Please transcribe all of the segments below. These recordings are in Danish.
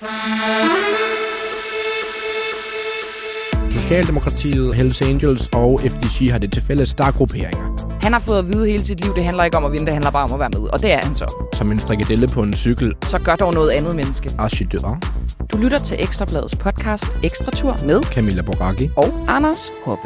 Socialdemokratiet, Hells Angels og FDG har det til fælles, der er grupperinger. Han har fået at vide hele sit liv, det handler ikke om at vinde, det handler bare om at være med. Og det er han så. Som en frikadelle på en cykel. Så gør dog noget andet menneske. Archidør. Du lytter til Ekstrabladets podcast Ekstra Tur med Camilla Boracchi og Anders Hoppe.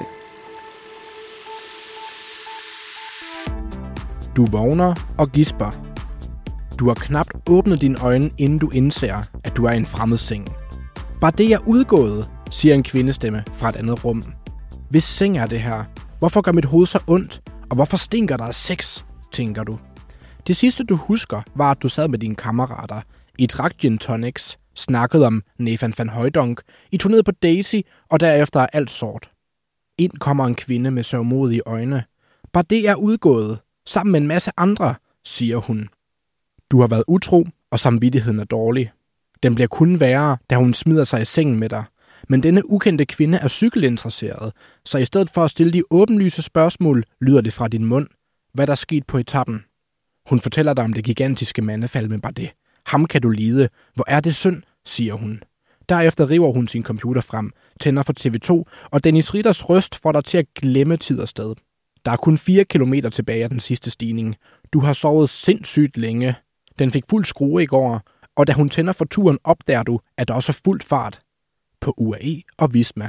Du vågner og gisper. Du har knapt åbnet dine øjne, inden du indser, at du er i en fremmed seng. Bare det er udgået, siger en kvindestemme fra et andet rum. Hvis seng er det her? Hvorfor gør mit hoved så ondt? Og hvorfor stinker der af sex, tænker du. Det sidste du husker, var at du sad med dine kammerater. I drak gin tonics, snakkede om Nathan van Højdonk, I tog ned på Daisy, og derefter er alt sort. Ind kommer en kvinde med sørgmodige øjne. Bare det er udgået, sammen med en masse andre, siger hun. Du har været utro, og samvittigheden er dårlig. Den bliver kun værre, da hun smider sig i sengen med dig. Men denne ukendte kvinde er cykelinteresseret, så i stedet for at stille de åbenlyse spørgsmål, lyder det fra din mund, hvad der er sket på etappen. Hun fortæller dig om det gigantiske mandefald med Bardet. Ham kan du lide. Hvor er det synd, siger hun. Derefter river hun sin computer frem, tænder for TV2, og Dennis Ritters røst får dig til at glemme tid og sted. Der er kun 4 kilometer tilbage af den sidste stigning. Du har sovet sindssygt længe. Den fik fuld skrue i går, og da hun tænder for turen, opdager du, at der også er fuld fart på UAE og Visma.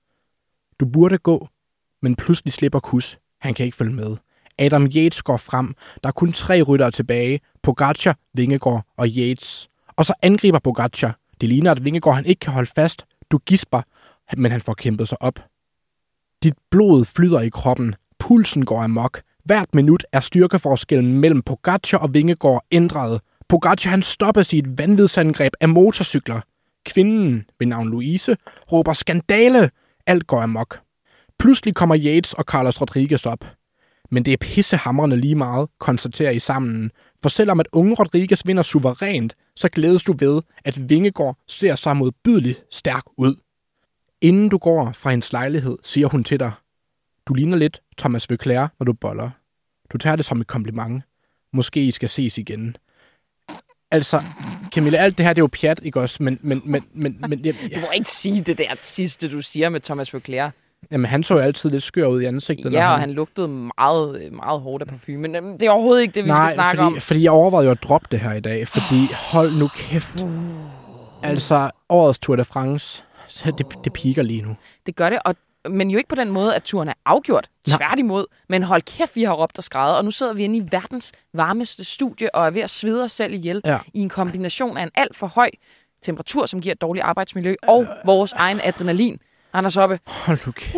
Du burde gå, men pludselig slipper Kus. Han kan ikke følge med. Adam Yates går frem. Der er kun 3 ryttere tilbage. Pogačar, Vingegaard og Yates. Og så angriber Pogačar. Det ligner, at Vingegaard han ikke kan holde fast. Du gisper, men han får kæmpet sig op. Dit blod flyder i kroppen. Pulsen går amok. Hvert minut er styrkeforskellen mellem Pogačar og Vingegaard ændret. Pogačar han stopper sit vanvidsangreb af motorcykler. Kvinden ved navn Louise råber skandale. Alt går amok. Pludselig kommer Yates og Carlos Rodriguez op. Men det er pissehamrende lige meget, konstaterer I sammen. For selvom at unge Rodriguez vinder suverænt, så glædes du ved, at Vingegaard ser så modbydeligt stærk ud. Inden du går fra hendes lejlighed, siger hun til dig, du ligner lidt Thomas Voeckler, når du boller. Du tager det som et kompliment. Måske I skal ses igen. Altså, Camilla, alt det her, det er jo pjat, ikke også? Men Du må ikke sige det der sidste, du siger med Thomas Voeckler. Jamen, han så jo altid lidt skør ud i ansigtet. Ja, og han lugtede meget, meget hårdt af parfume. Men det er overhovedet ikke det, vi skal snakke om. Fordi jeg overvejede jo at droppe det her i dag. Fordi, hold nu kæft. Altså, årets Tour de France, det piker lige nu. Det gør det, men jo ikke på den måde, at turen er afgjort. Tværtimod. Men hold kæft, vi har råbt og skreget. Og nu sidder vi inde i verdens varmeste studie og er ved at svede os selv ihjel i en kombination af en alt for høj temperatur, som giver et dårligt arbejdsmiljø, og vores egen adrenalin. Anders Hoppe. Hold nu kæft,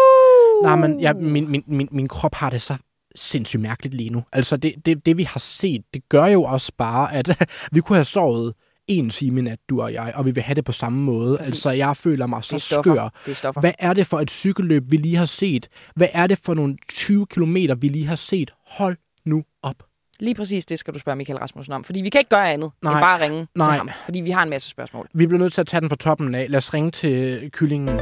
mand. Nej, men min krop har det så sindssygt mærkeligt lige nu. Altså, det vi har set, det gør jo også bare, at vi kunne have sovet 1 time i nat, du og jeg, og vi vil have det på samme måde. Præcis. Altså, jeg føler mig så skør. Hvad er det for et cykelløb, vi lige har set? Hvad er det for nogle 20 kilometer, vi lige har set? Hold nu op. Lige præcis det skal du spørge Michael Rasmussen om, fordi vi kan ikke gøre andet end bare ringe til ham, fordi vi har en masse spørgsmål. Vi bliver nødt til at tage den fra toppen af. Lad os ringe til kyllingen.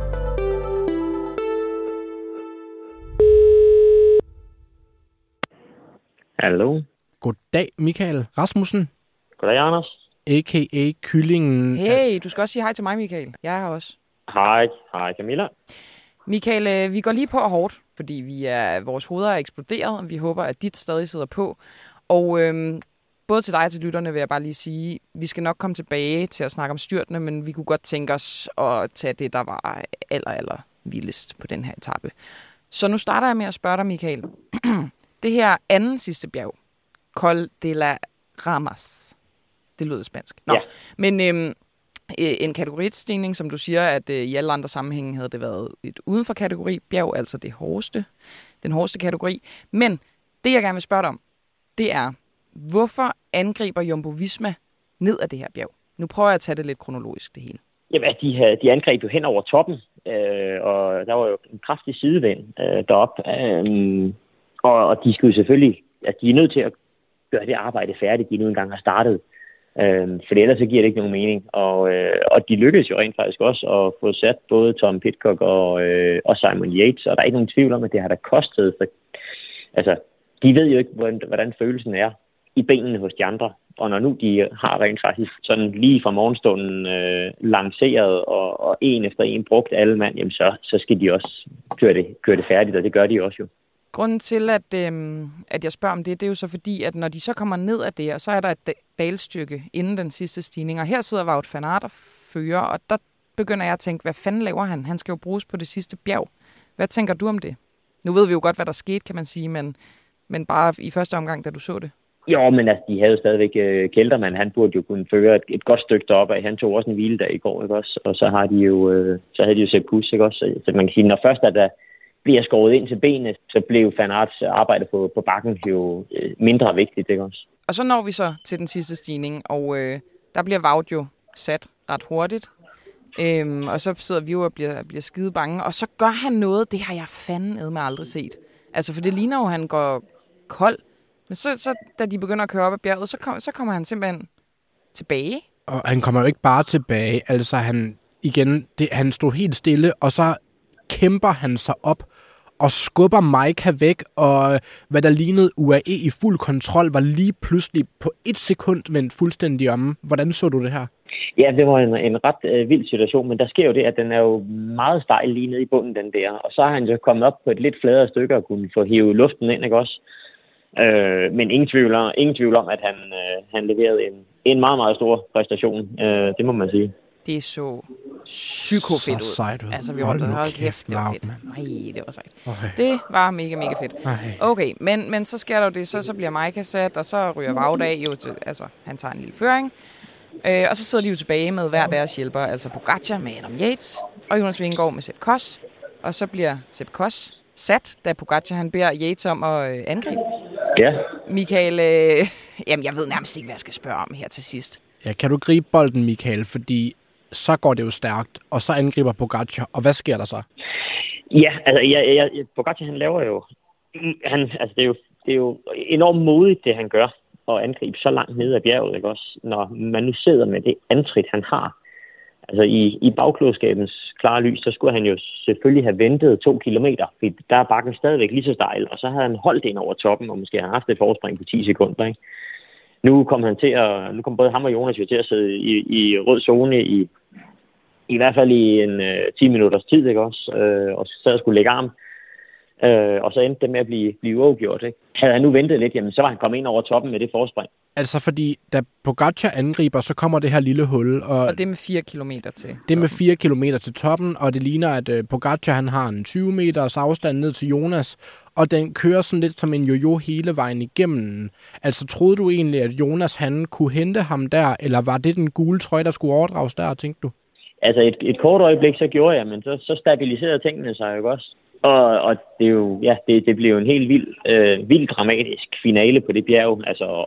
Hallo. Goddag, Michael Rasmussen. Goddag, Anders. A.k.a. kyllingen. Hey, du skal også sige hej til mig, Michael. Jeg er her også. Hej Camilla. Michael, vi går lige på hårdt, fordi vores hoveder er eksploderet, og vi håber, at dit stadig sidder på. Og både til dig og til lytterne vil jeg bare lige sige, vi skal nok komme tilbage til at snakke om styrtene, men vi kunne godt tænke os at tage det, der var aller vildest på den her etape. Så nu starter jeg med at spørge dig, Michael. Det her anden sidste bjerg, Col de la Ramas. Det lyder spansk. Nå. Ja. Men en kategoristigning, som du siger, at i alle andre sammenhænge havde det været et uden for kategori bjerg, altså den hårdeste kategori. Men det, jeg gerne vil spørge dig om, det er, hvorfor angriber Jumbo Visma ned af det her bjerg? Nu prøver jeg at tage det lidt kronologisk, det hele. Jamen, de angreb jo hen over toppen, og der var jo en kraftig sidevind deroppe. Og de skulle selvfølgelig, altså de er nødt til at gøre det arbejde færdigt, de nu engang har startet. For ellers så giver det ikke nogen mening. Og de lykkedes jo rent faktisk også at få sat både Tom Pidcock og Simon Yates, og der er ikke nogen tvivl om, at det har da kostet. For, altså, de ved jo ikke, hvordan følelsen er i benene hos de andre. Og når nu de har rent faktisk sådan lige fra morgenstunden lanceret og en efter en brugt alle mand, jamen så skal de også køre det færdigt, og det gør de også jo. Grunden til, at jeg spørger om det er jo så fordi, at når de så kommer ned af det, og så er der et dalstykke inden den sidste stigning, og her sidder Wout van Aert og fører, og der begynder jeg at tænke, hvad fanden laver han? Han skal jo bruges på det sidste bjerg. Hvad tænker du om det? Nu ved vi jo godt, hvad der skete, kan man sige, men bare i første omgang, da du så det. Jo, men altså, de havde jo stadigvæk Kelderman. Han burde jo kunne føre et godt stykke deroppe af. Han tog også en hviledag i går, ikke også? Og så havde de jo Sepp Kuss, ikke også? Så man kan sige, når først der bliver skåret ind til benet, så blev Van Aerts arbejde på bakken jo mindre vigtigt, ikke også? Og så når vi så til den sidste stigning, og der bliver Wout jo sat ret hurtigt. Og så sidder vi jo og bliver skide bange, og så gør han noget, det har jeg fandme aldrig set. Altså, for det ligner jo, at han går kold. Men så da de begynder at køre op ad bjerget, så kommer han simpelthen tilbage. Og han kommer jo ikke bare tilbage. Altså, han stod helt stille, og så kæmper han sig op og skubber Majka væk, og hvad der lignede UAE i fuld kontrol, var lige pludselig på 1 sekund vendt fuldstændig om. Hvordan så du det her? Ja, det var en ret vild situation, men der sker jo det, at den er jo meget stejl lige nede i bunden, den der. Og så har han jo kommet op på et lidt fladere stykke og kunne få hævet luften ind, ikke også? Men ingen tvivl om, at han leverede en meget, meget stor præstation. Det må man sige. Det så psykofedt ud. Så sejt ud. Altså, vi holdt kæft, det var fedt. Nej, det var sejt. Okay. Det var mega, mega fedt. Okay, men så sker der jo det, så bliver Majka sat, og så ryger Wout af jo til, altså, han tager en lille føring. Og så sidder de jo tilbage med hver deres hjælper, altså Pogačar med Adam Yates, og Jonas Vingegaard med Sepp Kuss. Og så bliver Sepp Kuss sat, da Pogačar han beder Yates om at angribe. Ja. Michael, jamen jeg ved nærmest ikke, hvad jeg skal spørge om her til sidst. Ja, kan du gribe bolden, Michael? Fordi så går det jo stærkt, og så angriber Pogačar, og hvad sker der så? Ja, altså Pogačar han laver jo, det er jo enormt modigt, det han gør, at angribe så langt ned ad bjerget, ikke også? Når man nu sidder med det antrit, han har. Altså i bagklodskabens klare lys, så skulle han jo selvfølgelig have ventet 2 kilometer, for der er bakken stadigvæk lige så stejl, og så havde han holdt ind over toppen, og måske har haft et forspring på 10 sekunder, ikke? Nu kom både ham og Jonas jo til at sidde i rød zone i hvert fald i en 10 minutters tid, ikke også? Og sad og skulle lægge arm. Og så endte det med at blive uafgjort, ikke? Havde han nu ventet lidt, jamen så var han kommet ind over toppen med det forspring. Altså fordi, da Pogačar angriber, så kommer det her lille hul. Og det er med 4 kilometer til det er med 4 kilometer til toppen, og det ligner, at Pogačar han har en 20 meters afstand ned til Jonas, og den kører sådan lidt som en jojo hele vejen igennem. Altså troede du egentlig, at Jonas han kunne hente ham der, eller var det den gule trøje, der skulle overdrages der, tænkte du? Altså et kort øjeblik, så gjorde jeg, men så stabiliserede tingene sig jo også. Og det er jo, ja, det blev jo en helt vild dramatisk finale på det bjerg, altså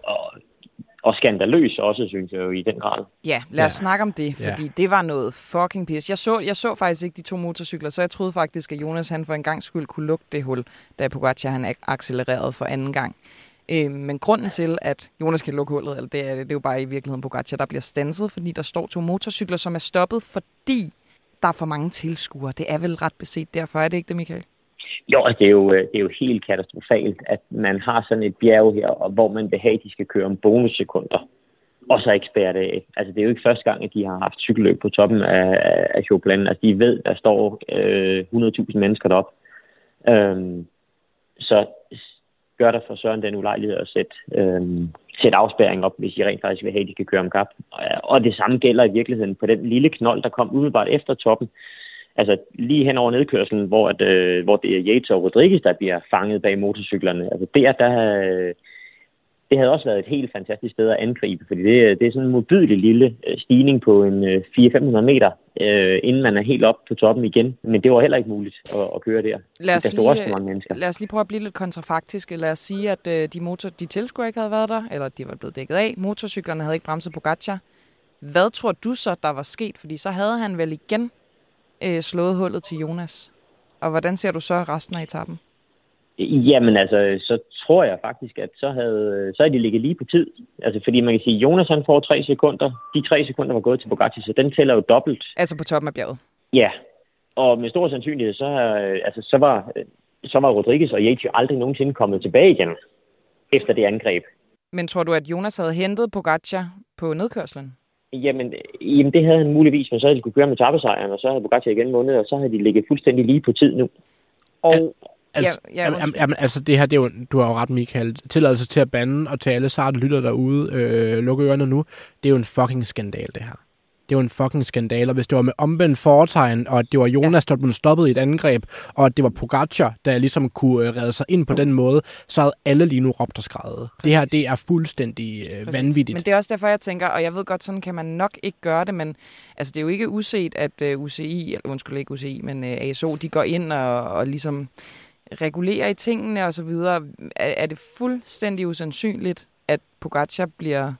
og skandaløs også, synes jeg jo, i den grad. Ja, lad os snakke om det, fordi det var noget fucking pis. Jeg så faktisk ikke de 2 motorcykler, så jeg troede faktisk, at Jonas han for en gang skyld kunne lukke det hul, da Pogačar han accelererede for anden gang. Men grunden til, at Jonas kan lukke hullet, eller det er jo bare i virkeligheden Pogačar, der bliver standset, fordi der står 2 motorcykler, som er stoppet, fordi der er for mange tilskuere. Det er vel ret beset derfor, er det ikke det, Michael? Jo, altså, det er jo helt katastrofalt, at man har sådan et bjerg her, og hvor man behageligt skal køre om bonussekunder, og så ikke spærre det af. Altså, det er jo ikke første gang, at de har haft cykelløb på toppen af Chopin. Altså, de ved, der står 100.000 mennesker deroppe. Så gør der for Søren den ulejlighed at sætte afspærring op, hvis I rent faktisk vil have, at de kan køre om kap. Og det samme gælder i virkeligheden på den lille knold, der kom umiddelbart efter toppen. Altså lige hen over nedkørslen, hvor det er Yates og Rodriguez, der bliver fanget bag motorcyklerne. Altså det havde også været et helt fantastisk sted at angribe, fordi det er sådan en modbydelig lille stigning på en 400-500 meter, inden man er helt op på toppen igen. Men det var heller ikke muligt at køre der. Lad os lige prøve at blive lidt kontrafaktiske. Lad os sige, at de tilskuere ikke havde været der, eller de var blevet dækket af. Motorcyklerne havde ikke bremset Pogačar. Hvad tror du så, der var sket? Fordi så havde han vel igen slået hullet til Jonas. Og hvordan ser du så resten af etappen? Jamen altså, så tror jeg faktisk, at så er de ligget lige på tid. Altså, fordi man kan sige, at Jonas han får 3 sekunder. De 3 sekunder var gået til Pogačar, så den tæller jo dobbelt. Altså på toppen af bjerget? Ja, og med stor sandsynlighed, så var Rodriguez og Yates jo aldrig nogensinde kommet tilbage igen efter det angreb. Men tror du, at Jonas havde hentet Pogačar på nedkørslen? Jamen, det havde han muligvis, men så havde de kunne køre med etappesejren, og så havde Pogačar igen vundet, og så havde de ligget fuldstændig lige på tid nu. Og altså det her, det er jo, du har jo ret, Michael. Tilladelse til at bande og til alle sarte lytter derude, lukke ørerne nu. Det er jo en fucking skandal, det her. Det er jo en fucking skandal, og hvis det var med omvendt foretegn, og at det var Jonas, der blev stoppet i et angreb, og at det var Pogačar, der ligesom kunne redde sig ind på den måde, så havde alle lige nu råbt og skrevet. Det her, det er fuldstændig vanvittigt. Men det er også derfor, jeg tænker, og jeg ved godt, sådan kan man nok ikke gøre det, men altså, det er jo ikke uset, at ikke UCI, men ASO, de går ind og ligesom regulerer i tingene og så videre. Er det fuldstændig usandsynligt, at Pogačar bliver,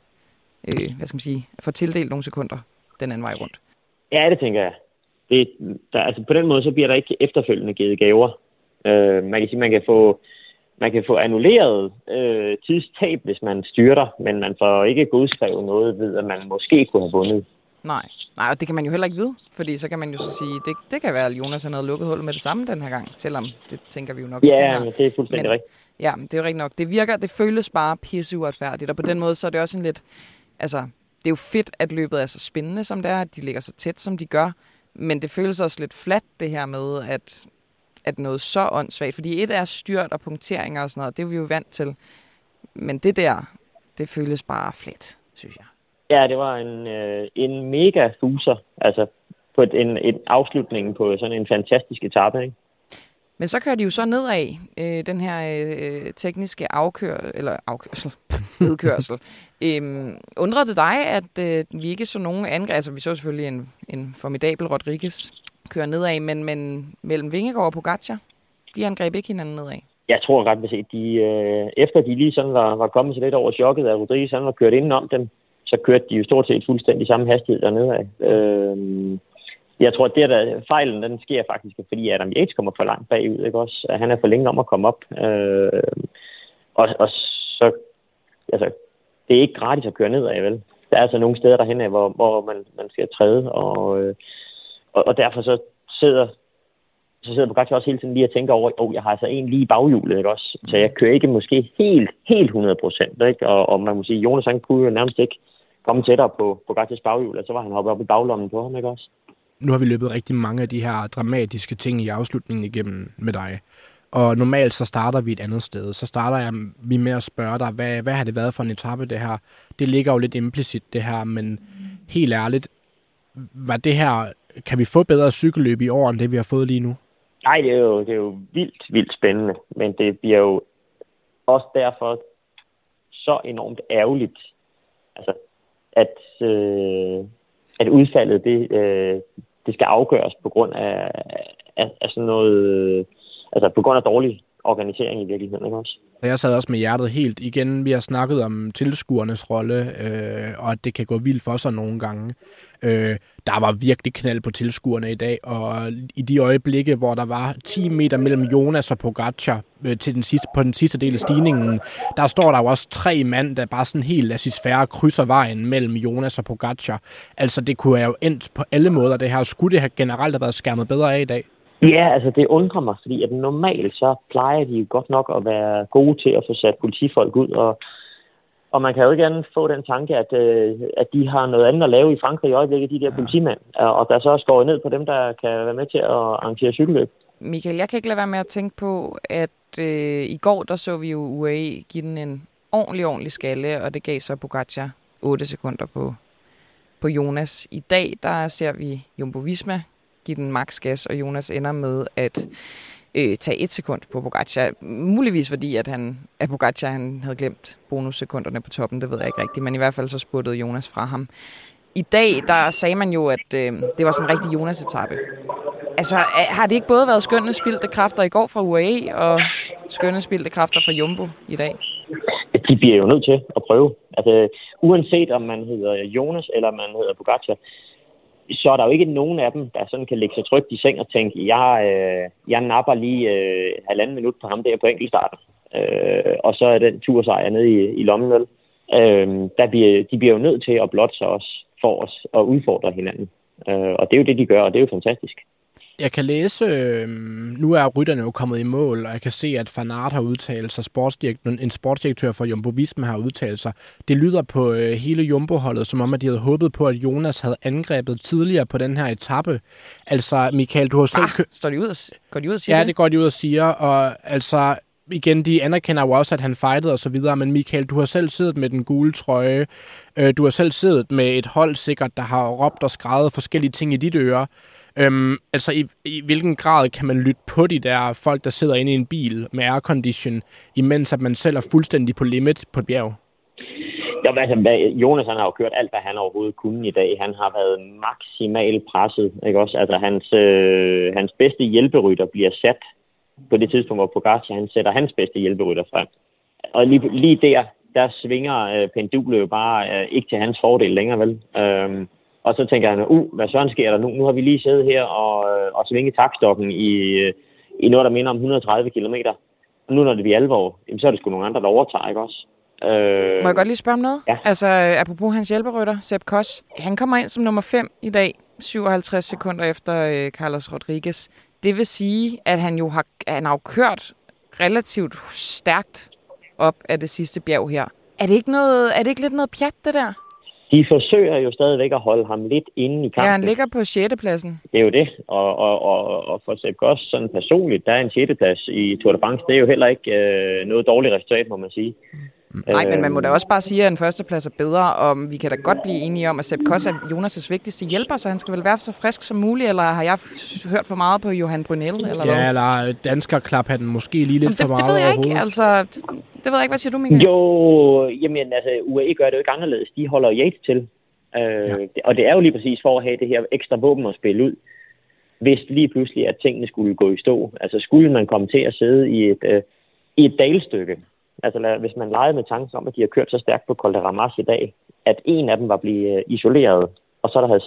får tildelt nogle sekunder den anden vej rundt? Ja, det tænker jeg. Altså på den måde, så bliver der ikke efterfølgende givet gaver. Man kan sige, man kan få annulleret tidstab, hvis man styrter, men man får ikke godskrevet noget ved, at man måske kunne have vundet. Nej, og det kan man jo heller ikke vide, fordi så kan man jo så sige, det kan være, at Jonas har noget lukket hul med det samme den her gang, selvom det tænker vi jo nok ikke. Ja, men det er fuldstændig rigtigt. Ja, det er jo rigtigt nok. Det føles bare pisse uretfærdigt, og på den måde, så er det også en lidt, altså, det er jo fedt, at løbet er så spændende, som det er, at de ligger så tæt, som de gør, men det føles også lidt fladt, det her med, at noget så åndssvagt, fordi et er styrt og punkteringer og sådan noget, det er vi jo vant til, men det der, det føles bare fladt, synes jeg. Ja, det var en mega fuser, altså på en afslutning på sådan en fantastisk etape, ikke? Men så kører de jo så nedad den her tekniske nedkørsel. Undrede det dig, at vi ikke så nogen angreb? Altså, vi så selvfølgelig en formidabel Rodriguez køre nedad, men mellem Vingegaard og Pogačar, de angreb ikke hinanden nedad. Jeg tror ret beset, efter de lige sådan var kommet så lidt over chokket, at Rodriguez han var kørt indenom dem, så kørte de jo stort set fuldstændig samme hastighed dernede af. Jeg tror, at fejlen den sker faktisk, fordi Adam Yates kommer for langt bagud, ikke også? Han er for længe om at komme op. Og så, altså, det er ikke gratis at køre nedad, vel? Der er altså nogle steder derhen af, hvor man skal træde, og derfor så sidder Pogačar også hele tiden lige og tænker over, jeg har altså en lige i baghjulet, ikke også? Så jeg kører ikke måske helt 100%, ikke? Og man må sige, Jonas han kunne jo nærmest ikke komme tættere på Pogačars baghjul, og så var han hoppet op i baglommen på ham, ikke også? Nu har vi løbet rigtig mange af de her dramatiske ting i afslutningen igennem med dig. Og normalt så starter vi et andet sted. Så starter vi med at spørge dig, hvad har det været for en etape, det her? Det ligger jo lidt implicit, det her, men helt ærligt, var det her, kan vi få bedre cykelløb i år, end det vi har fået lige nu? Nej, det er jo vildt spændende, men det bliver jo også derfor så enormt ærgerligt, altså, at udfaldet, det skal afgøres på grund af sådan noget, altså på grund af dårlig organisering i virkeligheden, ikke også? Jeg sad også med hjertet helt igen. Vi har snakket om tilskuernes rolle, og at det kan gå vildt for sig nogle gange. Der var virkelig knald på tilskuerne i dag, og i de øjeblikke, hvor der var 10 meter mellem Jonas og Pogačar på den sidste del af stigningen, der står der jo også 3 mand, der bare sådan helt laissez-faire krydser vejen mellem Jonas og Pogačar. Altså, det kunne jo endt på alle måder, det her. Skulle det have generelt have været skærmet bedre af i dag? Ja, altså det undrer mig, fordi at normalt så plejer de jo godt nok at være gode til at få sat politifolk ud, og man kan jo ikke andet få den tanke, at de har noget andet at lave i Frankrig i øjeblikket, de der politimænd, og der så er skåret ned på dem, der kan være med til at arrangere cykelløb. Michael, jeg kan ikke lade være med at tænke på, at i går der så vi jo UAE give den en ordentlig skalle, og det gav så Pogačar 8 sekunder på Jonas. I dag der ser vi Jumbo Visma give den max gas, og Jonas ender med at tage 1 sekund på Pogačar. Muligvis fordi, at Pogačar han havde glemt bonussekunderne på toppen, det ved jeg ikke rigtigt, men i hvert fald så spurgte Jonas fra ham. I dag, der sagde man jo, at det var sådan en rigtig Jonas-etape. Altså, har det ikke både været skønne spildte kræfter i går fra UAE, og skønne spildte kræfter fra Jumbo i dag? De bliver jo nødt til at prøve. Altså, uanset om man hedder Jonas, eller man hedder Pogačar, så er der jo ikke nogen af dem, der sådan kan lægge sig trygt i seng og tænke, jeg napper lige 1,5 minut på ham der på enkeltstarten. Og så er den tursejr nede i lommen. De bliver jo nødt til at blotte sig også for os og udfordre hinanden. Og det er jo det, de gør, og det er jo fantastisk. Jeg kan læse, nu er rytterne jo kommet i mål, og jeg kan se, at Van Aert har udtalt sig, en sportsdirektør for Jumbo Visma har udtalt sig. Det lyder på hele Jumbo-holdet, som om, at de havde håbet på, at Jonas havde angrebet tidligere på den her etape. Altså, Michael, du har selv... Går de ud og siger det? Ja, det går de ud og siger, og altså... Igen, de anerkender jo også, at han fightede og så videre, men Michael, du har selv siddet med den gule trøje. Du har selv siddet med et hold sikkert, der har råbt og skreget forskellige ting i dit øre. Altså, i hvilken grad kan man lytte på de der folk, der sidder inde i en bil med aircondition, imens at man selv er fuldstændig på limit på et bjerg? Ja, altså, Jonas han har jo kørt alt, hvad han overhovedet kunne i dag. Han har været maksimalt presset, ikke også? Altså, hans bedste hjælperytter bliver sat på det tidspunkt, hvor Pogačar han sætter hans bedste hjælperytter frem. Og lige der svinger pendulet jo bare ikke til hans fordel længere, vel? Og så tænker han, hvad sådan sker der nu? Nu har vi lige siddet her og svinget takstokken i noget, der minder om 130 kilometer. Og nu når det bliver alvor, så er det sgu nogle andre, der overtager, ikke også? Må jeg godt lige spørge om noget? Ja. Altså, apropos hans hjælperytter, Sepp Kuss. Han kommer ind som nummer 5 i dag, 57 sekunder efter Carlos Rodriguez. Det vil sige, at han har kørt relativt stærkt op af det sidste bjerg her. Er det ikke lidt noget pjat, det der? De forsøger jo stadigvæk at holde ham lidt inde i kampen. Ja, han ligger på 6. pladsen. Det er jo det. Og for Sepp Kuss sådan personligt, der er en 6. plads i Tour de France. Det er jo heller ikke noget dårligt resultat, må man sige. Nej, men man må da også bare sige, at en 1. plads er bedre, og vi kan da godt blive enige om, at Sepp Kuss er Jonas' vigtigste hjælper, så han skal vel være så frisk som muligt, eller har jeg hørt for meget på Johan Brunel? Eller ja, eller danskerklaphatten måske lige lidt for meget. Det ved jeg ikke, altså. Det ved jeg ikke, hvad siger du, Michael? Jo, jamen altså, UAE gør det jo ikke anderledes. De holder Yates til. Og det er jo lige præcis for at have det her ekstra våben at spille ud, hvis lige pludselig, at tingene skulle gå i stå. Altså, skulle man komme til at sidde i et dalstykke, altså hvis man legede med tanken om, at de har kørt så stærkt på Col de Ramas i dag, at en af dem var blevet isoleret, og så der havde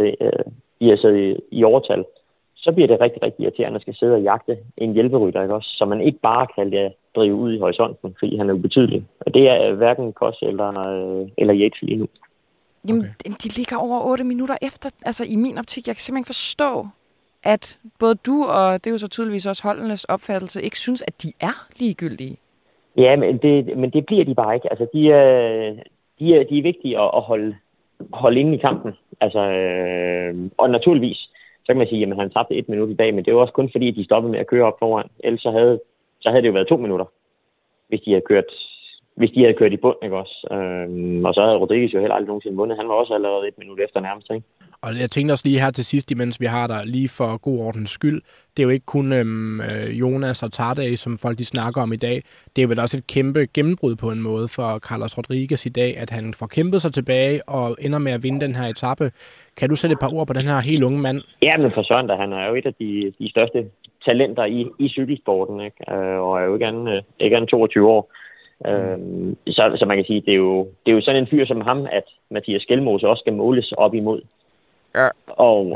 siddet i overtal, så bliver det rigtig, rigtig irriterende at skal sidde og jagte en hjælperytter, ikke også? Så man ikke bare kan drive ud i horisonten, fordi han er ubetydelig. Og det er hverken Kuss eller Yates lige nu. Jamen, de ligger over 8 minutter efter. Altså, i min optik, jeg kan simpelthen forstå, at både du og det er jo så tydeligvis også holdenes opfattelse, ikke synes, at de er ligegyldige. Ja, men det bliver de bare ikke. Altså, de er vigtige at holde inde i kampen. Altså, og naturligvis, så kan man sige, at han tabte 1 minut i dag, men det er jo også kun fordi, at de stoppede med at køre op foran. Ellers så havde det jo været 2 minutter, hvis de havde kørt i bund, ikke også? Og så havde Rodriguez jo heller aldrig nogensinde vundet. Han var også allerede 1 minut efter nærmest, ikke? Og jeg tænkte også lige her til sidst, imens vi har der lige for god ordens skyld, det er jo ikke kun Jonas og Tardej, som folk de snakker om i dag. Det er vel også et kæmpe gennembrud på en måde for Carlos Rodriguez i dag, at han får kæmpet sig tilbage og ender med at vinde den her etape. Kan du sætte et par ord på den her helt unge mand? Ja, men for Søren, han er jo et af de største talenter i cykelsporten, ikke? Og er jo ikke andet 22 år. Så man kan sige, det er jo sådan en fyr som ham, at Mathias Skelmose også skal måles op imod. Ja. Og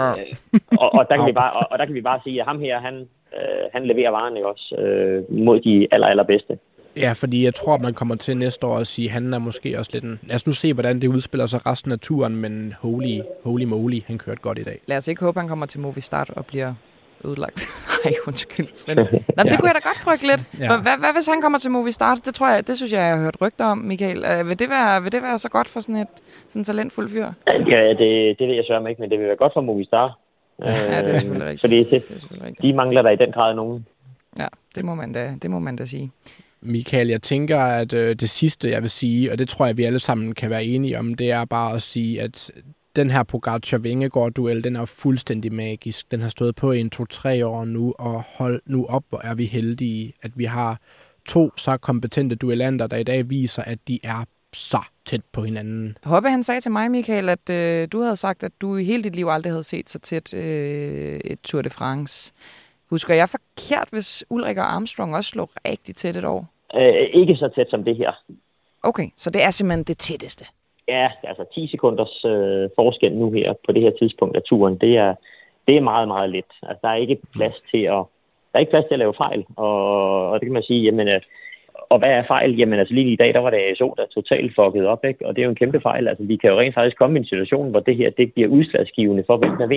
der kan vi bare sige, at ham her, han leverer varen, ikke også, mod de allerbedste. Ja, fordi jeg tror, man kommer til næste år at sige, at han er måske også lidt en... Lad os nu se, hvordan det udspiller sig resten af turen, men holy moly, han kørte godt i dag. Lad os ikke håbe, han kommer til Movistar og bliver ødelagt. Nej, undskyld. Men, det kunne jeg da godt frygte lidt. Ja. Hvad hvis han kommer til Movistar? Det synes jeg har hørt rygter om, Michael. Vil det være så godt for sådan en talentfuld fyr? Ja, det ved jeg sørme ikke, men det vil være godt for Movistar. Ja, det er selvfølgelig rigtigt. Fordi de mangler der i den grad nogen. Ja, det må man da sige. Michael, jeg tænker, at det sidste, jeg vil sige, og det tror jeg, vi alle sammen kan være enige om, det er bare at sige, at den her Pogačar-Vingegaard-duel, den er fuldstændig magisk. Den har stået på i 2-3 år nu, og hold nu op, hvor er vi heldige, at vi har 2 så kompetente duellanter, der i dag viser, at de er så tæt på hinanden. Hoppe, han sagde til mig, Michael, at du havde sagt, at du i hele dit liv aldrig havde set så tæt et Tour de France. Husker jeg forkert, hvis Ulrik og Armstrong også slog rigtig tæt et år? Ikke så tæt som det her. Okay, så det er simpelthen det tætteste? Ja, altså 10 sekunders forskel nu her på det her tidspunkt af turen, det er meget, meget lidt. Altså, der er ikke plads til at lave fejl, og det kan man sige, jamen, og hvad er fejl? Jamen, altså lige i dag, der var det ASO, der totalt fucket op, ikke? Og det er jo en kæmpe fejl. Altså, vi kan jo rent faktisk komme i en situation, hvor det her, det bliver udslagsgivende for, hvem der vinder.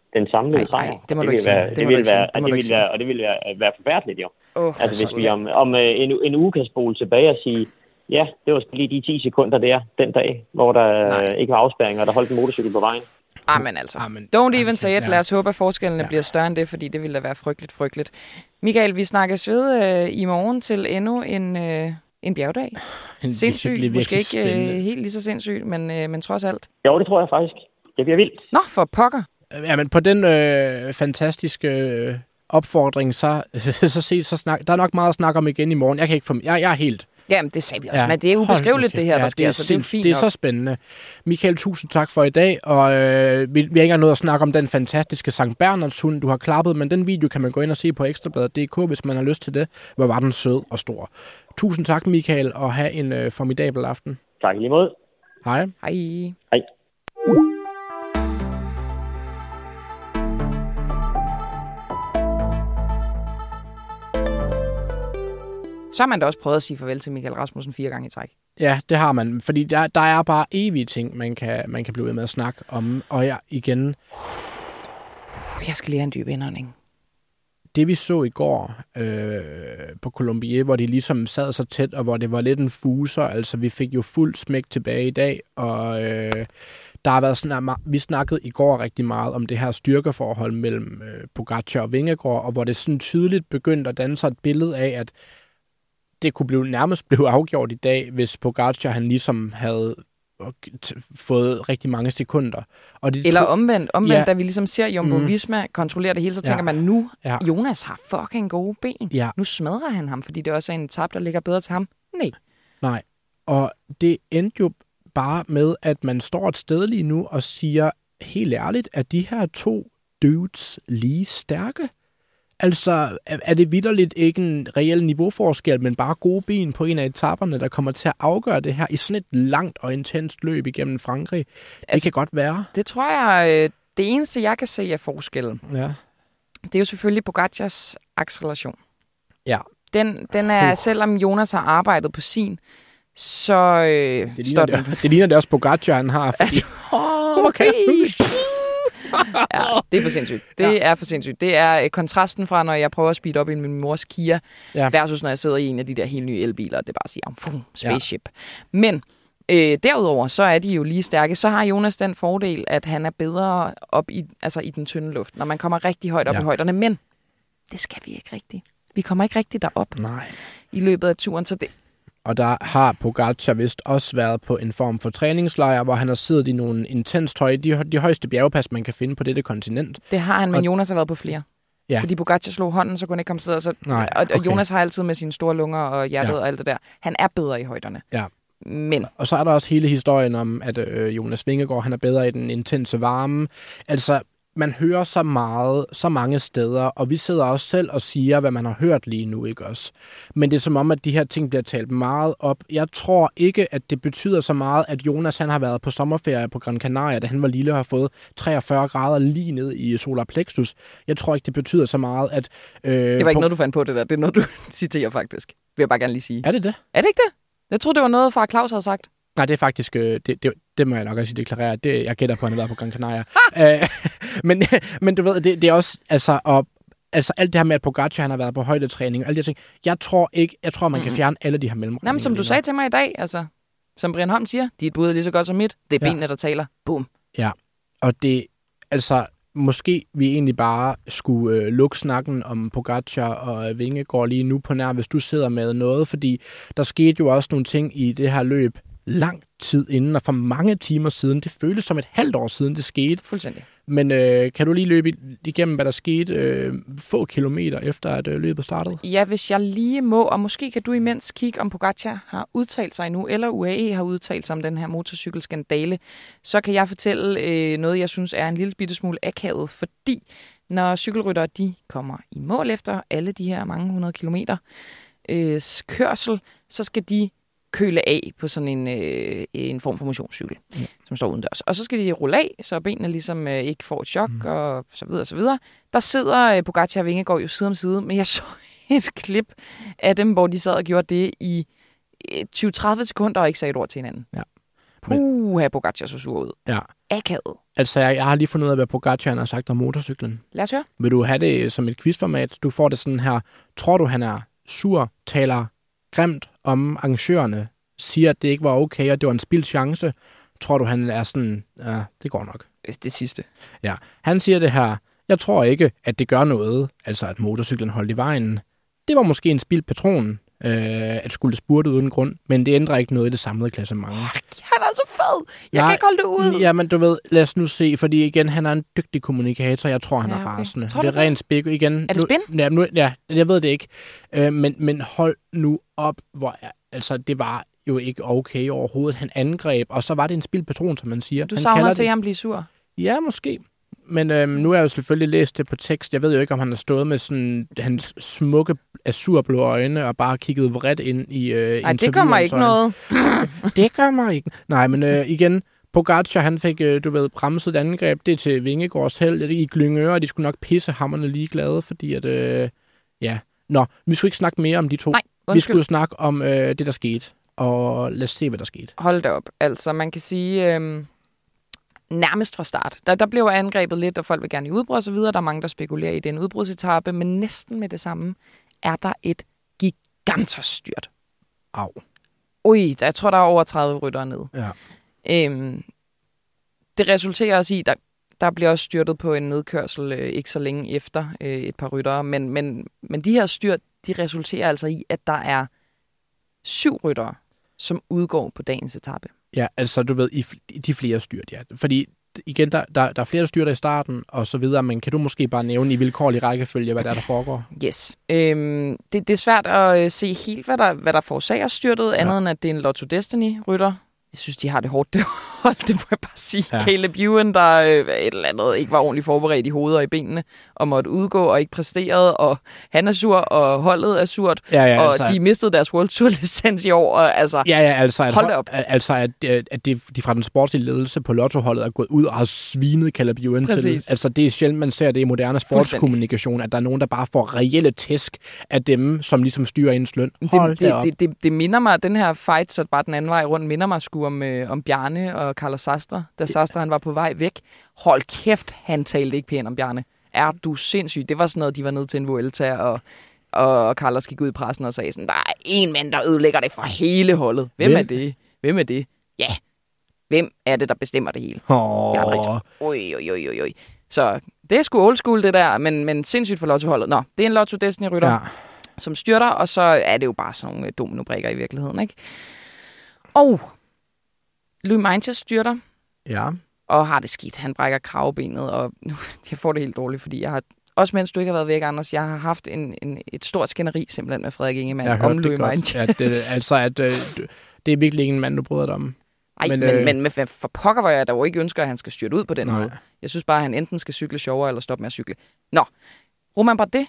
den samlede sejr. Det må du ikke sige. Det ville være forfærdeligt, jo. Altså, hvis vi om en uge kan spole tilbage og sige, ja, det var lige de 10 sekunder der, den dag, hvor der ikke var afspærring, og der holdt en motorcykel på vejen. Amen altså. Don't even say it. Lad os håbe, at forskellene bliver større end det, fordi det ville da være frygteligt. Michael, vi snakkes ved i morgen til endnu en bjergdag. Sindssygt. Måske ikke helt lige så sindssygt, men trods alt. Jo, det tror jeg faktisk. Det bliver vildt. Nå, for pokker. Ja, men på den fantastiske opfordring, så der er nok meget at snakke om igen i morgen. Jeg kan ikke få... Jeg er helt... Jamen, det sagde vi også, men det er jo ubeskriveligt, det her, der sker, så det er jo fint. Det er så spændende. Michael, tusind tak for i dag, og vi har ikke engang nået at snakke om den fantastiske Sankt Bernhards hund, du har klappet, men den video kan man gå ind og se på ekstrabladet.dk, hvis man har lyst til det. Hvor var den sød og stor. Tusind tak, Michael, og have en formidabel aften. Tak lige måde. Hej. Hej. Hej. Så har man da også prøvet at sige farvel til Michael Rasmussen 4 gange i træk. Ja, det har man, fordi der er bare evige ting, man kan blive ved med at snakke om. Og igen... Jeg skal lige have en dyb indånding. Det vi så i går på Colombier, hvor de ligesom sad så tæt, og hvor det var lidt en fuser, altså vi fik jo fuld smæk tilbage i dag, og der har været vi snakkede i går rigtig meget om det her styrkeforhold mellem Pogačar og Vingegaard, og hvor det sådan tydeligt begyndte at danne sig et billede af, at det kunne nærmest blive afgjort i dag, hvis Pogačar han ligesom havde fået rigtig mange sekunder. Og eller omvendt, ja. Da vi ligesom ser Jumbo-Visma kontrollere det hele, så tænker man nu, Jonas har fucking gode ben. Ja. Nu smadrer han ham, fordi det også er en etape, der ligger bedre til ham. Nej. Og det endte jo bare med, at man står et sted lige nu og siger helt ærligt, at de her 2 dudes lige stærke. Altså, er det vitterligt ikke en reel niveauforskel, men bare gode ben på en af etaperne, der kommer til at afgøre det her i sådan et langt og intenst løb igennem Frankrig? Det kan godt være. Det tror jeg, det eneste, jeg kan se af forskellen, det er jo selvfølgelig Pogacars acceleration. Ja. Den er, selvom Jonas har arbejdet på sin, så det ligner det også Pogačar, han har. Fordi... okay. Ja, det er for sindssygt. Det er for sindssygt. Det er kontrasten fra, når jeg prøver at speede op i min mors Kia, versus når jeg sidder i en af de der helt nye elbiler, og det bare siger, spaceship. Men derudover, så er de jo lige stærke. Så har Jonas den fordel, at han er bedre op i den tynde luft, når man kommer rigtig højt op i højderne. Men det skal vi ikke rigtigt. Vi kommer ikke rigtigt derop i løbet af turen, så det... Og der har Pogačar vist også været på en form for træningslejr, hvor han har siddet i nogle intenst høje, de højeste bjergpas, man kan finde på dette kontinent. Det har han, men Jonas har været på flere. Ja. Fordi Pogačar slog hånden, så kunne han ikke komme sted. Og Jonas har altid med sine store lunger og hjertet og alt det der. Han er bedre i højderne. Ja. Men. Og så er der også hele historien om, at Jonas Vingegaard, han er bedre i den intense varme. Altså, man hører så meget, så mange steder, og vi sidder også selv og siger, hvad man har hørt lige nu, ikke også? Men det er som om, at de her ting bliver talt meget op. Jeg tror ikke, at det betyder så meget, at Jonas han har været på sommerferie på Gran Canaria, da han var lille og har fået 43 grader lige ned i solar plexus. Jeg tror ikke, det betyder så meget, at... det var ikke noget, du fandt på det der. Det er noget, du citerer faktisk. Vil jeg bare gerne lige sige. Er det det? Er det ikke det? Jeg troede, det var noget, far Claus havde sagt. Nej, det er faktisk, det må jeg nok også deklarere, jeg gætter på, at han har været på Gran Canaria. Men du ved, det er også, altså alt det her med, at Pogačar han har været på højdetræning, og alle de ting, jeg tror, man kan fjerne alle de her mellemregninger. Jamen, som du sagde til mig i dag, altså, som Brian Holm siger, dit bud er lige så godt som mit, det er benene, der taler. Boom. Ja, og det, altså, måske vi egentlig bare skulle lukke snakken om Pogačar og Vingegaard lige nu på nær, hvis du sidder med noget, fordi der skete jo også nogle ting i det her løb, lang tid inden, og for mange timer siden. Det føles som et halvt år siden, det skete. Fuldstændig. Men kan du lige løbe igennem, hvad der skete få kilometer efter, at løbet startede? Ja, hvis jeg lige må, og måske kan du imens kigge, om Pogačar har udtalt sig endnu, eller UAE har udtalt sig om den her motorcykelskandale, så kan jeg fortælle noget, jeg synes er en lille bitte smule akavet, fordi når cykelryttere, de kommer i mål efter alle de her mange 100 kilometer kørsel, så skal de køle af på sådan en form for motionscykel, som står udendørs. Og så skal de rulle af, så benene ligesom ikke får et chok, og så videre, og så videre. Der sidder Pogačar og Vingegaard jo side om side, men jeg så et klip af dem, hvor de sad og gjorde det i 20-30 sekunder, og ikke sagde et ord til hinanden. Ja. Pogacar så sur ud. Ja. Akavet. Altså, jeg har lige fundet ud af, hvad Pogacar har sagt om motorcyklen. Lad os høre. Vil du have det som et quizformat? Du får det sådan her. Tror du, han er sur, taler grimt om arrangørerne, siger, at det ikke var okay, og det var en spildt chance? Tror du, han er sådan, ja, det går nok. Det sidste. Ja, han siger det her. Jeg tror ikke, at det gør noget, altså at motorcyklen holdt i vejen. Det var måske en spildt patron, at skulle spurte uden grund, men det ændrer ikke noget i det samlede klassement. Han er så fed! Jeg kan ikke holde det ud! Ja, men du ved, lad os nu se, fordi igen, han er en dygtig kommunikator. Jeg tror, han er rasende. Det er rent spik igen. Er det spin? Ja, jeg ved det ikke. Men hold nu op, altså det var jo ikke okay overhovedet. Han angreb, og så var det en spildt patron, som man siger. Du savner at se ham blive sur? Ja, måske. Men nu har jeg jo selvfølgelig læst det på tekst. Jeg ved jo ikke, om han har stået med sådan hans smukke azurblå øjne og bare kigget vredt ind i interviewet. Nej, det gør mig ikke noget. Det gør mig ikke. Nej, men igen, Pogacar, han fik, bremset et angreb. Det er til Vingegaards held. I Glyngøre, de skulle nok pisse hammerne ligeglade, fordi at, Nå, vi skulle ikke snakke mere om de to. Nej, vi skulle snakke om det, der skete. Og lad os se, hvad der skete. Hold da op. Altså, man kan sige... nærmest fra start. Der blev angrebet lidt, og folk vil gerne i udbrud og så videre. Der er mange, der spekulerer i den udbrudsetappe, men næsten med det samme er der et gigantstyrt. Au. Ui, jeg tror, der er over 30 ryttere nede. Ja. Det resulterer også i, der bliver også styrtet på en nedkørsel ikke så længe efter et par ryttere, men de her styrt, de resulterer altså i, at der er 7 ryttere, som udgår på dagens etape. Ja, altså du ved, i de flere styrt, ja. Fordi igen, der er flere styrter i starten, og så videre, men kan du måske bare nævne i vilkårlig rækkefølge, hvad der foregår? Yes. Det er svært at se helt, hvad der forårsager styrtet, andet end at det er en Lotto Destiny-rytter. Jeg synes, de har det hårdt, det må jeg bare sige. Ja. Caleb Ewan, der et eller andet ikke var ordentligt forberedt i hovedet og i benene, og måtte udgå og ikke præsterede, og han er sur, og holdet er surt, og altså, de mistede deres World Tour-licens i år. Og, altså, hold det op. Altså, at de fra den sportslige ledelse på Lotto-holdet er gået ud og har svinet Caleb Ewan til. Altså, det er sjældent, man ser det i moderne sportskommunikation, at der er nogen, der bare får reelle tæsk af dem, som ligesom styrer ens løn. Det minder mig, den her fight, så bare den anden vej rundt, minder mig sgu om Bjarne og Carlos Sastre. Da Sastre han var på vej væk. Hold kæft, han talte ikke pænt om Bjarne. Er du sindssyg? Det var sådan noget, de var nødt til en Vuelta, og Carlos gik ud i pressen og sagde sådan, der er en mand, der ødelægger det for hele holdet. Hvem er det? Ja, hvem er det, der bestemmer det hele? Oj. Så det er sgu old school, det der, men sindssygt for Lotto-holdet. Nå, det er en Lotto Destiny-rytter, som styrter, og så er det jo bare sådan nogle dominobrikker i virkeligheden, ikke? Og Louis Meintjes styrter. Ja. Og har det skidt. Han brækker kravbenet, og jeg får det helt dårligt, fordi jeg har, også mens du ikke har været væk, Anders, jeg har haft et stort skænderi simpelthen med Frederik Ingemann om Louis Meintjes. Ja, det er virkelig ikke en mand, du bryder dig om. Nej, men for pokker var jeg der jo ikke ønsker, at han skal styrte ud på den måde. Jeg synes bare, at han enten skal cykle sjovere, eller stoppe med at cykle. Nå, Romain Bardet,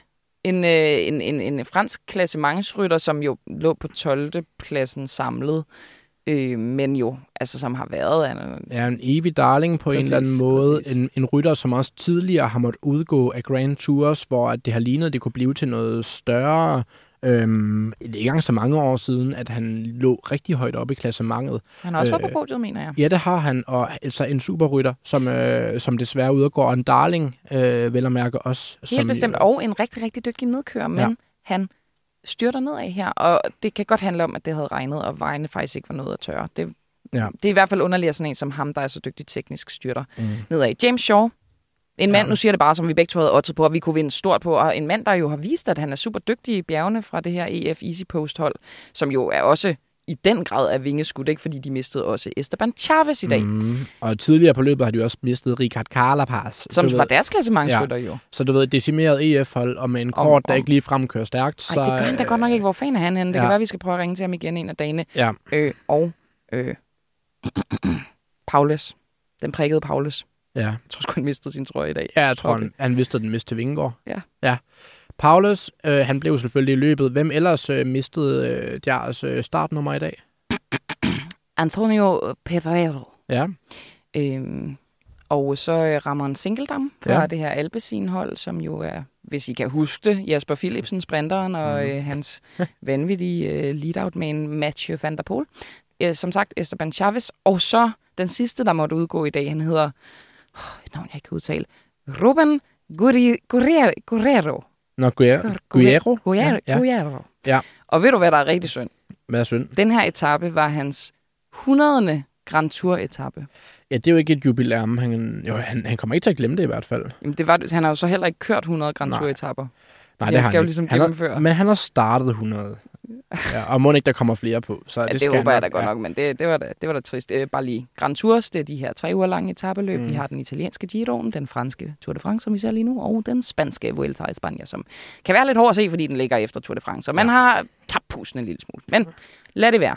en fransk klassementsrytter, som jo lå på 12. pladsen samlet, men jo, altså som har været... en evig darling på en eller anden måde. En rytter, som også tidligere har måttet udgå af Grand Tours, hvor det har lignet, det kunne blive til noget større. Ikke engang så mange år siden, at han lå rigtig højt oppe i klassementet. Han har også været på podiet, mener jeg. Ja, det har han, og altså en superrytter, som desværre udgår, og en darling, vel at mærke også. Helt bestemt, og en rigtig, rigtig dygtig nedkører, men han styrter nedad her, og det kan godt handle om, at det havde regnet, og vejene faktisk ikke var noget at tørre. Det er i hvert fald underligt, at sådan en som ham, der er så dygtig teknisk, styrter nedad. James Shaw, en mand, nu siger det bare, som vi begge to havde oddset på, at vi kunne vinde stort på, og en mand, der jo har vist, at han er super dygtig i bjergene fra det her EF Easy Post hold, som jo er også i den grad af vingeskud, ikke? Fordi de mistede også Esteban Chaves i dag. Og tidligere på løbet har de også mistet Ricard Carapaz. Som var deres klassementsrytter jo. Så du ved, decimeret EF-hold, og med en kort, der ikke lige fremkører stærkt. Så, det gør han da godt nok ikke. Hvor fanden er han henne? Det kan være, vi skal prøve at ringe til ham igen en af dagene. Ja. Paulus. Den prikkede Paulus. Ja. Jeg tror sgu, han mistede sin trøje i dag. Ja, jeg tror, han mistede den mest til Vingegaard. Ja. Paulus, han blev selvfølgelig i løbet. Hvem ellers mistede deres startnummer i dag? Antonio Pedrero. Ja. Og så Ramon Singeldam fra det her Alpecin-hold, som jo er, hvis I kan huske det, Jasper Philipsen, sprinteren, og hans vanvittige lead-out med en Mathieu van der Poel. Som sagt, Esteban Chaves. Og så den sidste, der måtte udgå i dag, han hedder, et navn jeg ikke kan udtale, Ruben Guerrero. Nå, Guerrero? Guerrero. Ja. Og ved du, hvad der er rigtig synd? Hvad er synd? Den her etape var hans 100. Grand Tour-etape. Ja, det er jo ikke et jubilæum. Han kommer ikke til at glemme det i hvert fald. Jamen, han har jo så heller ikke kørt 100 Grand Tour-etapper. Nej, det har han jo ikke. ligesom gennemføre. Men han har startet 100. Ja, og må ikke, der kommer flere på. Så det håber jeg da godt nok, men det var da trist. Bare lige Grand Tours, det er de her 3 uger lange etapeløb. Vi har den italienske Giroen, den franske Tour de France, som vi ser lige nu, og den spanske Vuelta i Spanien, som kan være lidt hård at se, fordi den ligger efter Tour de France. Så man har tabt pusten en lille smule. Men lad det være.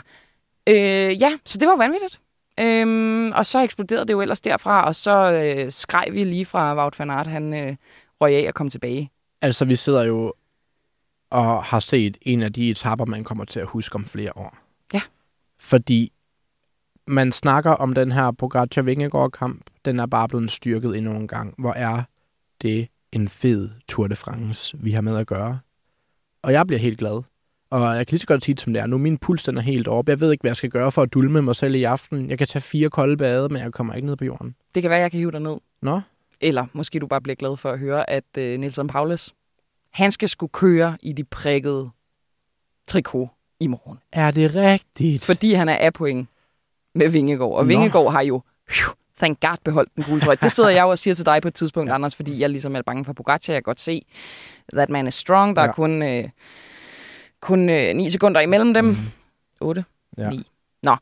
Så det var vanvittigt. Og så eksploderede det jo ellers derfra, og så skreg vi lige fra Wout van Aert, han røg af og kom tilbage. Altså, vi sidder jo og har set en af de etaper, man kommer til at huske om flere år. Ja. Fordi man snakker om den her Pogacar-Vingegaard-kamp, den er bare blevet styrket endnu en gang. Hvor er det en fed Tour de France, vi har med at gøre. Og jeg bliver helt glad. Og jeg kan lige så godt sige det, som det er nu. Min puls, den er helt oppe. Jeg ved ikke, hvad jeg skal gøre for at dulme mig selv i aften. Jeg kan tage 4 kolde bade, men jeg kommer ikke ned på jorden. Det kan være, jeg kan hive dig ned. Nå? Eller måske du bare bliver glad for at høre, at Nelson Paulus, han skal skulle køre i de prikkede trikot i morgen. Er det rigtigt? Fordi han er af point med Vingegaard. Og Vingegaard har jo, thank God, beholdt den gule trøje. Det sidder jeg jo og siger til dig på et tidspunkt, Anders, fordi jeg ligesom er bange for Pogacar. Jeg kan godt se, that man is strong. Der er kun 9 sekunder imellem dem. 8? 9. Nå,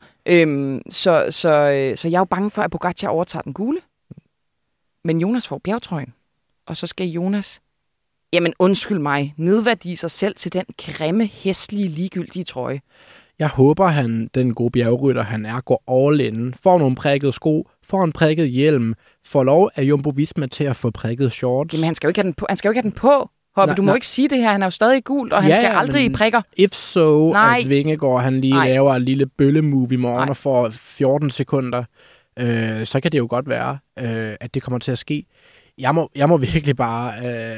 så jeg er jo bange for, at Pogacar overtager den gule. Men Jonas får bjergtrøjen. Og så skal Jonas, jamen undskyld mig, nedværdige sig selv til den grimme, hæslige, ligegyldige trøje. Jeg håber, den gode bjergrytter, han går all in, får nogle prikkede sko, får en prikket hjelm, får lov af Jumbo Visma til at få prikket shorts. Jamen han skal jo ikke have den på. Hoppe, du må ikke sige det her. Han er jo stadig gult, og han skal aldrig i prikker. If so, at Vingegaard, han lige laver en lille bøllemove i morgen og får 14 sekunder, så kan det jo godt være, at det kommer til at ske. Jeg må virkelig bare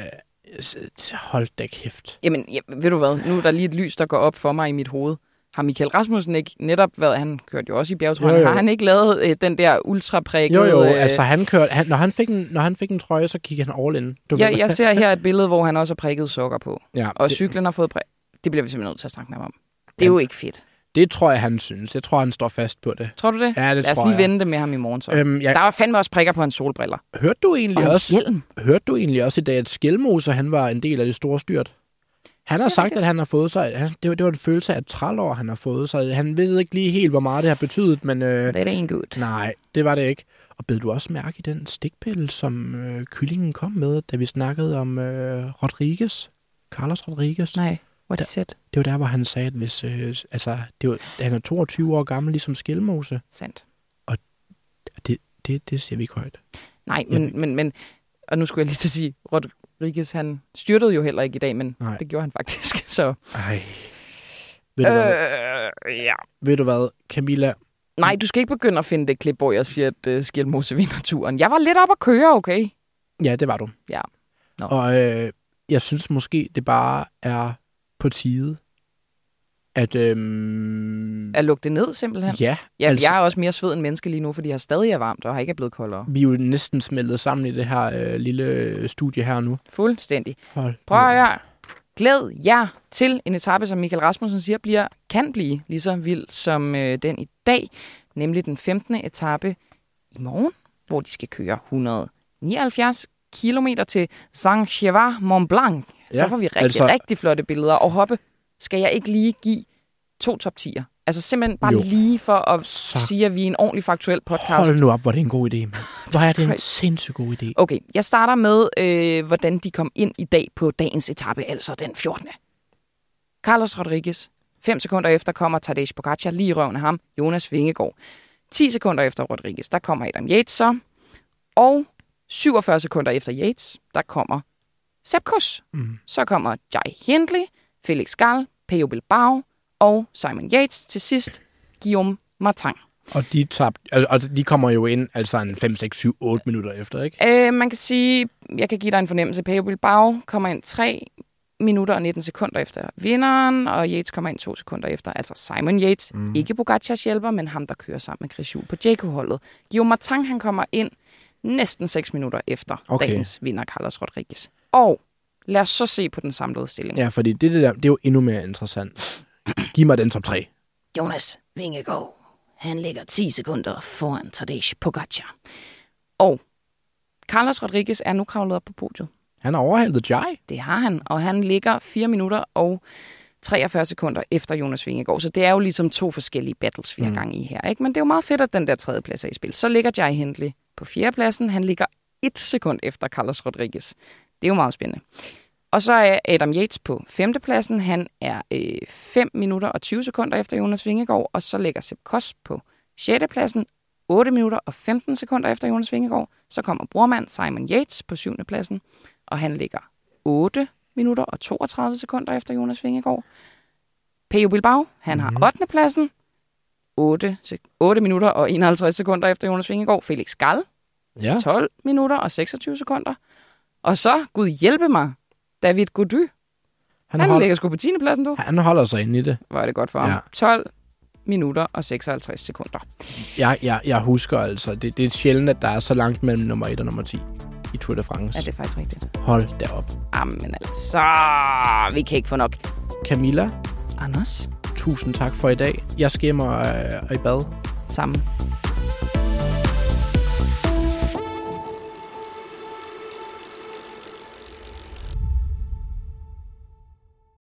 holde da kæft. Jamen, ved du hvad? Nu er der lige et lys, der går op for mig i mit hoved. Har Michael Rasmussen ikke netop været, han kørte jo også i bjergtrøjen, har han ikke lavet den der ultraprikkede... Jo, altså han kørte, når han fik en trøje, så kiggede han all in. Jeg ser her et billede, hvor han også har prikket sukker på. Ja, og cyklen har fået det bliver vi simpelthen nødt til at snakke med ham om. Det er jo ikke fedt. Det tror jeg, han synes. Jeg tror, han står fast på det. Tror du det? Ja, det Lad os lige vende det med ham i morgen så. Der var fandme også prikker på hans solbriller. Hørte du egentlig også i dag, at Skelmose, han var en del af det store styrt? Han har sagt, at han har fået sig... Det var en følelse af et trælår, han har fået sig. Han ved ikke lige helt, hvor meget det har betydet, men... Det er ikke godt. Nej, det var det ikke. Og bed du også mærke i den stikpille, som kyllingen kom med, da vi snakkede om Rodriguez? Carlos Rodriguez? Nej, what he said? Det var der, hvor han sagde, at hvis... han er 22 år gammel, ligesom Skelmose. Sandt. Og det siger vi ikke højt. Nej, men... Og nu skulle jeg lige til at sige... Rodriguez, han styrtede jo heller ikke i dag, men det gjorde han faktisk, så... Ej. Ved du hvad, Camilla? Nej, du skal ikke begynde at finde det klip, hvor jeg siger, at Skelmose vinder turen. Jeg var lidt op at køre, okay? Ja, det var du. Ja. No. Og jeg synes måske, det bare er på tide, at lukke det ned, simpelthen? Ja. Altså, jeg er også mere sved end menneske lige nu, fordi jeg stadig er varmt, og ikke er blevet koldere. Vi er jo næsten smeltet sammen i det her lille studie her nu. Fuldstændig. Prøv at glæd jer til en etape, som Michael Rasmussen siger, kan blive lige så vild som den i dag, nemlig den 15. etape i morgen, hvor de skal køre 179 kilometer til Saint-Gervais-Mont Blanc. Ja, så får vi rigtig flotte billeder. Og Hoppe, skal jeg ikke lige give 2 top 10'er? Altså simpelthen bare lige for at sige, at vi er en ordentlig faktuel podcast. Hold nu op, hvor det er en god idé, mand. Hvor er det en sindssygt god idé. Okay, jeg starter med, hvordan de kom ind i dag på dagens etape, altså den 14. Carlos Rodriguez. 5 sekunder efter kommer Tadej Pogacar lige i røven af ham, Jonas Vingegaard. 10 sekunder efter Rodriguez, der kommer Adam Yates så. Og 47 sekunder efter Yates, der kommer Sepp Kuss. Så kommer Jai Hindley, Felix Gall, Pello Bilbao og Simon Yates. Til sidst Guillaume Martin. Og de kommer jo ind altså en 5, 6, 7, 8 minutter efter, ikke? Man kan sige, jeg kan give dig en fornemmelse. Pello Bilbao kommer ind 3, minutter og 19 sekunder efter vinderen, og Yates kommer ind 2 sekunder efter. Altså Simon Yates, ikke Pogacars hjælper, men ham, der kører sammen med Chris Froome på Jayco-holdet. Guillaume Martin, han kommer ind næsten 6 minutter efter dagens vinder, Carlos Rodriguez. Og lad os så se på den samlede stilling. Ja, fordi det er jo endnu mere interessant. Giv mig den top 3. Jonas Vingegaard, han ligger 10 sekunder foran Tadej Pogacar. Og Carlos Rodriguez er nu kravlet op på podiet. Han har overhalet Jai. Det har han, og han ligger 4 minutter og 43 sekunder efter Jonas Vingegaard. Så det er jo ligesom 2 forskellige battles, vi har gang i her. Ikke? Men det er jo meget fedt, at den der 3. plads er i spil. Så ligger Jai Hindley på 4. pladsen. Han ligger 1 sekund efter Carlos Rodriguez. Det er jo meget spændende. Og så er Adam Yates på 5. pladsen. Han er 5 minutter og 20 sekunder efter Jonas Vingegaard. Og så ligger Sepp Kuss på 6. pladsen. 8 minutter og 15 sekunder efter Jonas Vingegaard. Så kommer brormand Simon Yates på 7. pladsen. Og han ligger 8 minutter og 32 sekunder efter Jonas Vingegaard. Pello Bilbao, han har 8. pladsen. 8 minutter og 51 sekunder efter Jonas Vingegaard. Felix Gall, 12 minutter og 26 sekunder. Og så, Gud hjælpe mig, David Gaudu. Han ligger sgu på 10. pladsen, du. Han holder sig inde i det. Hvor er det godt for ham. 12 minutter og 56 sekunder. Jeg husker altså, det er sjældent, at der er så langt mellem nummer 1 og nummer 10 i Tour de France. Ja, det er faktisk rigtigt. Hold da op. Jamen altså, vi kan ikke få nok. Camilla. Anders. Tusind tak for i dag. Jeg skal hjem og i bad. Sammen.